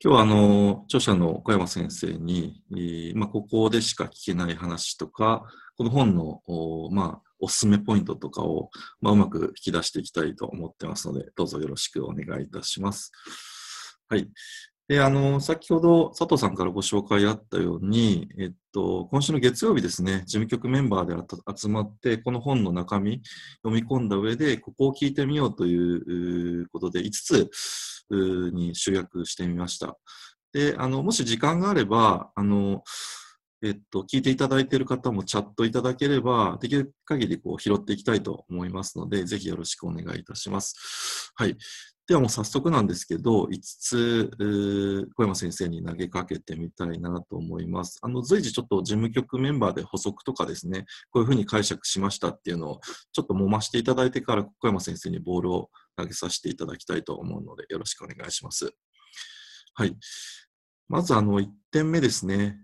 今日は著者の小山先生に、ここでしか聞けない話とか、この本のおすすめポイントとかを、うまく引き出していきたいと思ってますので、どうぞよろしくお願いいたします。はい。で、先ほど佐藤さんからご紹介あったように、今週の月曜日ですね、事務局メンバーで集まって、この本の中身、読み込んだ上で、ここを聞いてみようということで、5つに集約してみました。で、もし時間があれば、聞いていただいている方もチャットいただければ、できる限りこう拾っていきたいと思いますので、ぜひよろしくお願いいたします。はい。ではもう早速なんですけど、5つ、小山先生に投げかけてみたいなと思います。随時ちょっと事務局メンバーで補足とかですね、こういうふうに解釈しましたっていうのをちょっと揉ましていただいてから、小山先生にボールを投げさせていただきたいと思うので、よろしくお願いします。はい。まず1点目ですね。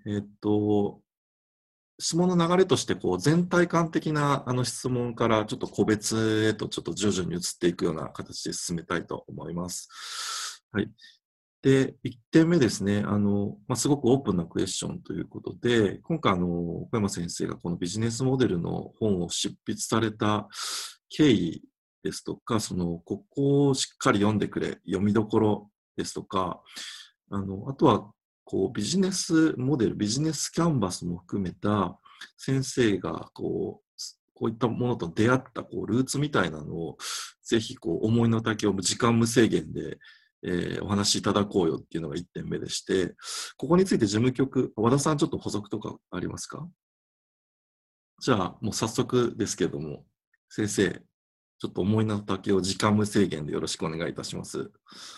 質問の流れとして全体感的な質問からちょっと個別へとちょっと徐々に移っていくような形で進めたいと思います。はい。で、1点目ですね。すごくオープンなクエスチョンということで、今回小山先生がこのビジネスモデルの本を執筆された経緯ですとか、ここをしっかり読んでくれ、読みどころですとか、あとはビジネスモデル、ビジネスキャンバスも含めた先生がこういったものと出会ったルーツみたいなのをぜひ思いの丈を時間無制限で、お話しいただこうよっていうのが1点目でして、ここについて事務局、和田さんちょっと補足とかありますか？じゃあもう早速ですけども、先生、ちょっと思いの丈を時間無制限でよろしくお願いいたします。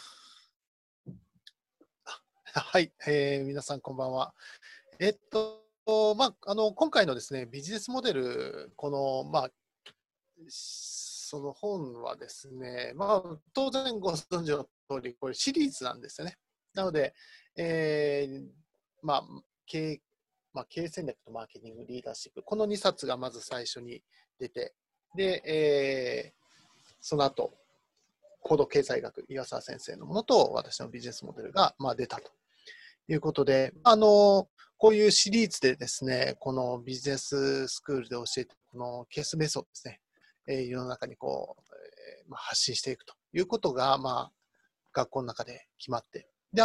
はい、皆さんこんばんは。今回のですね、ビジネスモデル、その本はですね、当然ご存知の通り、これシリーズなんですよね。なので、えーまあ、経営経営戦略とマーケティング、リーダーシップ、この2冊がまず最初に出て、で、その後、高度経済学、岩沢先生のものと、私のビジネスモデルが、出たということで、こういうシリーズでですね、このビジネススクールで教えて、このケースメソッドですね、世の中に発信していくということが、学校の中で決まって、で、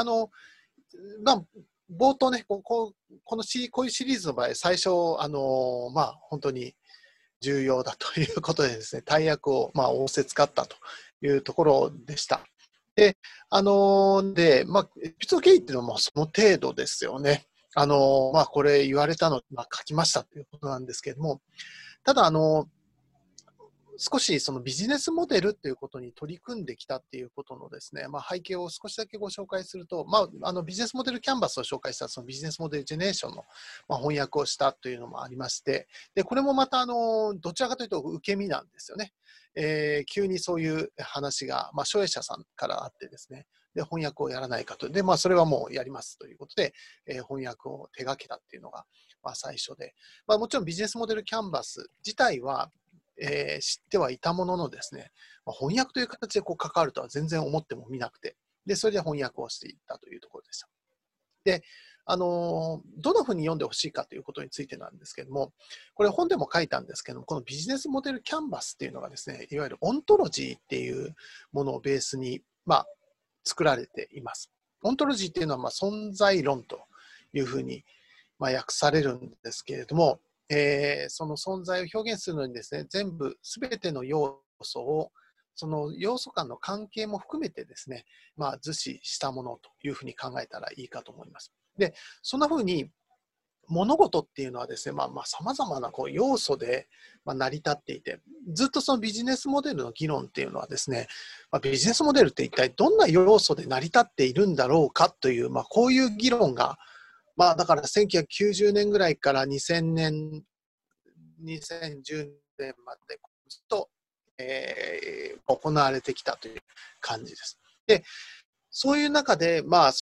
冒頭ね、こういうシリーズの場合、最初、本当に重要だということでですね、大役を、仰せつかったというところでした。で、エピソード経緯っていうのはその程度ですよね。これ言われたの、書きましたということなんですけれども、ただ、少しそのビジネスモデルっていうことに取り組んできたっていうことのですね、背景を少しだけご紹介すると、ビジネスモデルキャンバスを紹介したそのビジネスモデルジェネレーションの、翻訳をしたというのもありまして、で、これもまたどちらかというと受け身なんですよね。急にそういう話が、所有者さんからあってですね、で、翻訳をやらないかと。で、それはもうやりますということで、翻訳を手掛けたっていうのが、最初で。もちろんビジネスモデルキャンバス自体は、知ってはいたもののですね、翻訳という形で関わるとは全然思ってもみなくて、で、それで翻訳をしていったというところでした。で、どのふうに読んでほしいかということについてなんですけれども、これ本でも書いたんですけども、このビジネスモデルキャンバスっていうのがですね、いわゆるオントロジーっていうものをベースに、作られています。オントロジーっていうのは、存在論というふうに、訳されるんですけれども、その存在を表現するのにですね、すべての要素を、その要素間の関係も含めてですね、図示したものというふうに考えたらいいかと思います。で、そんなふうに物事っていうのはですね、様々な要素で成り立っていて、ずっとそのビジネスモデルの議論っていうのはですね、ビジネスモデルって一体どんな要素で成り立っているんだろうかという、こういう議論がだから1990年ぐらいから2000年、2010年までずっと、行われてきたという感じです。で、そういう中で、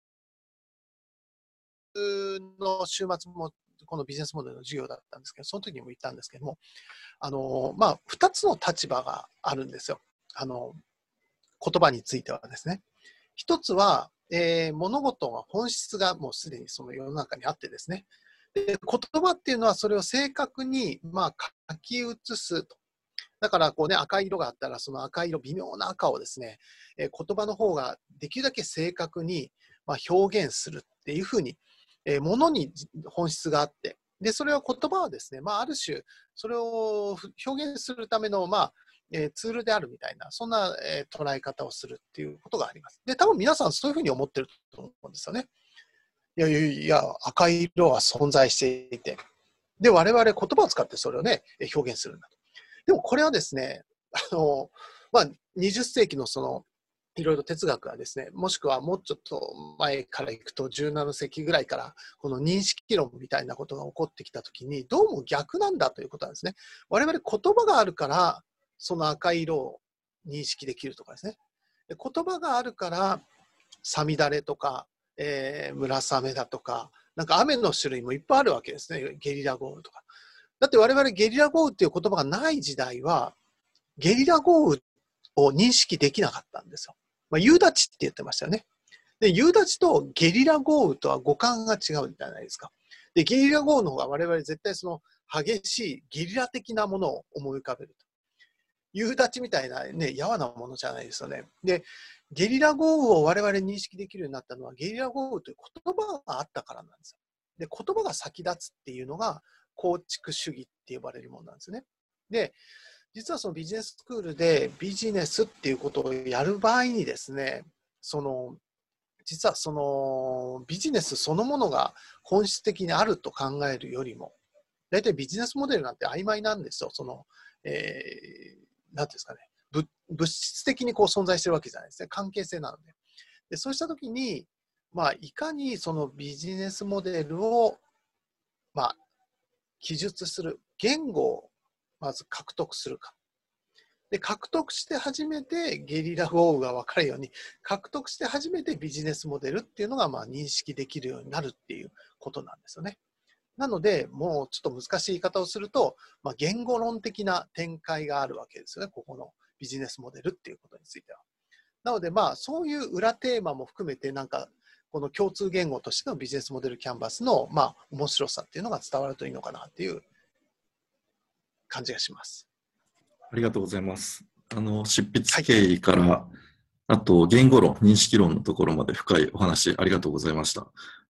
の週末もこのビジネスモデルの授業だったんですけど、その時にも言ったんですけども、2つの立場があるんですよ。言葉についてはですね。 一つは、物事の本質がもうすでにその世の中にあってですね。で、言葉っていうのはそれを正確に、書き写すと。だからこうね、赤い色があったら、その赤い色、微妙な赤をですね、言葉の方ができるだけ正確に、表現するっていうふうに、ものに本質があって、で、それは言葉はですね、ある種、それを表現するための、ツールであるみたいな、そんな、捉え方をするっていうことがあります。で、多分皆さんそういうふうに思ってると思うんですよね。いやいやいや、赤い色は存在していて、で、我々言葉を使ってそれをね、表現するんだと。でもこれはですね、20世紀のその、いろいろ哲学がですね、もしくはもうちょっと前からいくと17世紀ぐらいから、この認識論みたいなことが起こってきたときに、どうも逆なんだということなんですね。我々言葉があるから、その赤い色を認識できるとかですね。で言葉があるから、さみだれとか、村雨だとか、なんか雨の種類もいっぱいあるわけですね。ゲリラ豪雨とか。だって我々ゲリラ豪雨っていう言葉がない時代は、ゲリラ豪雨を認識できなかったんですよ。夕立って言ってましたよね。で、夕立とゲリラ豪雨とは語感が違うじゃないですか。で、ゲリラ豪雨の方が我々絶対その激しいゲリラ的なものを思い浮かべると。夕立みたいなね、やわなものじゃないですよね。で、ゲリラ豪雨を我々認識できるようになったのは、ゲリラ豪雨という言葉があったからなんですよ。で、言葉が先立つっていうのが構築主義って呼ばれるものなんですね。で、実はそのビジネススクールでビジネスっていうことをやる場合にですね、実はそのビジネスそのものが本質的にあると考えるよりも、大体ビジネスモデルなんて曖昧なんですよ。なんていうんですかね、物質的にこう存在してるわけじゃないですね。関係性なので。で、そうしたときに、いかにそのビジネスモデルを、記述する言語をまず獲得するか。で、獲得して初めてゲリラ豪雨が分かるように、獲得して初めてビジネスモデルっていうのが認識できるようになるっていうことなんですよね。なので、もうちょっと難しい言い方をすると、言語論的な展開があるわけですよね。ここのビジネスモデルっていうことについては。なので、そういう裏テーマも含めて、なんか、この共通言語としてのビジネスモデルキャンバスの、面白さっていうのが伝わるといいのかなっていう感じがします。 ありがとうございます。執筆経緯から、あと言語論、認識論のところまで深いお話ありがとうございました。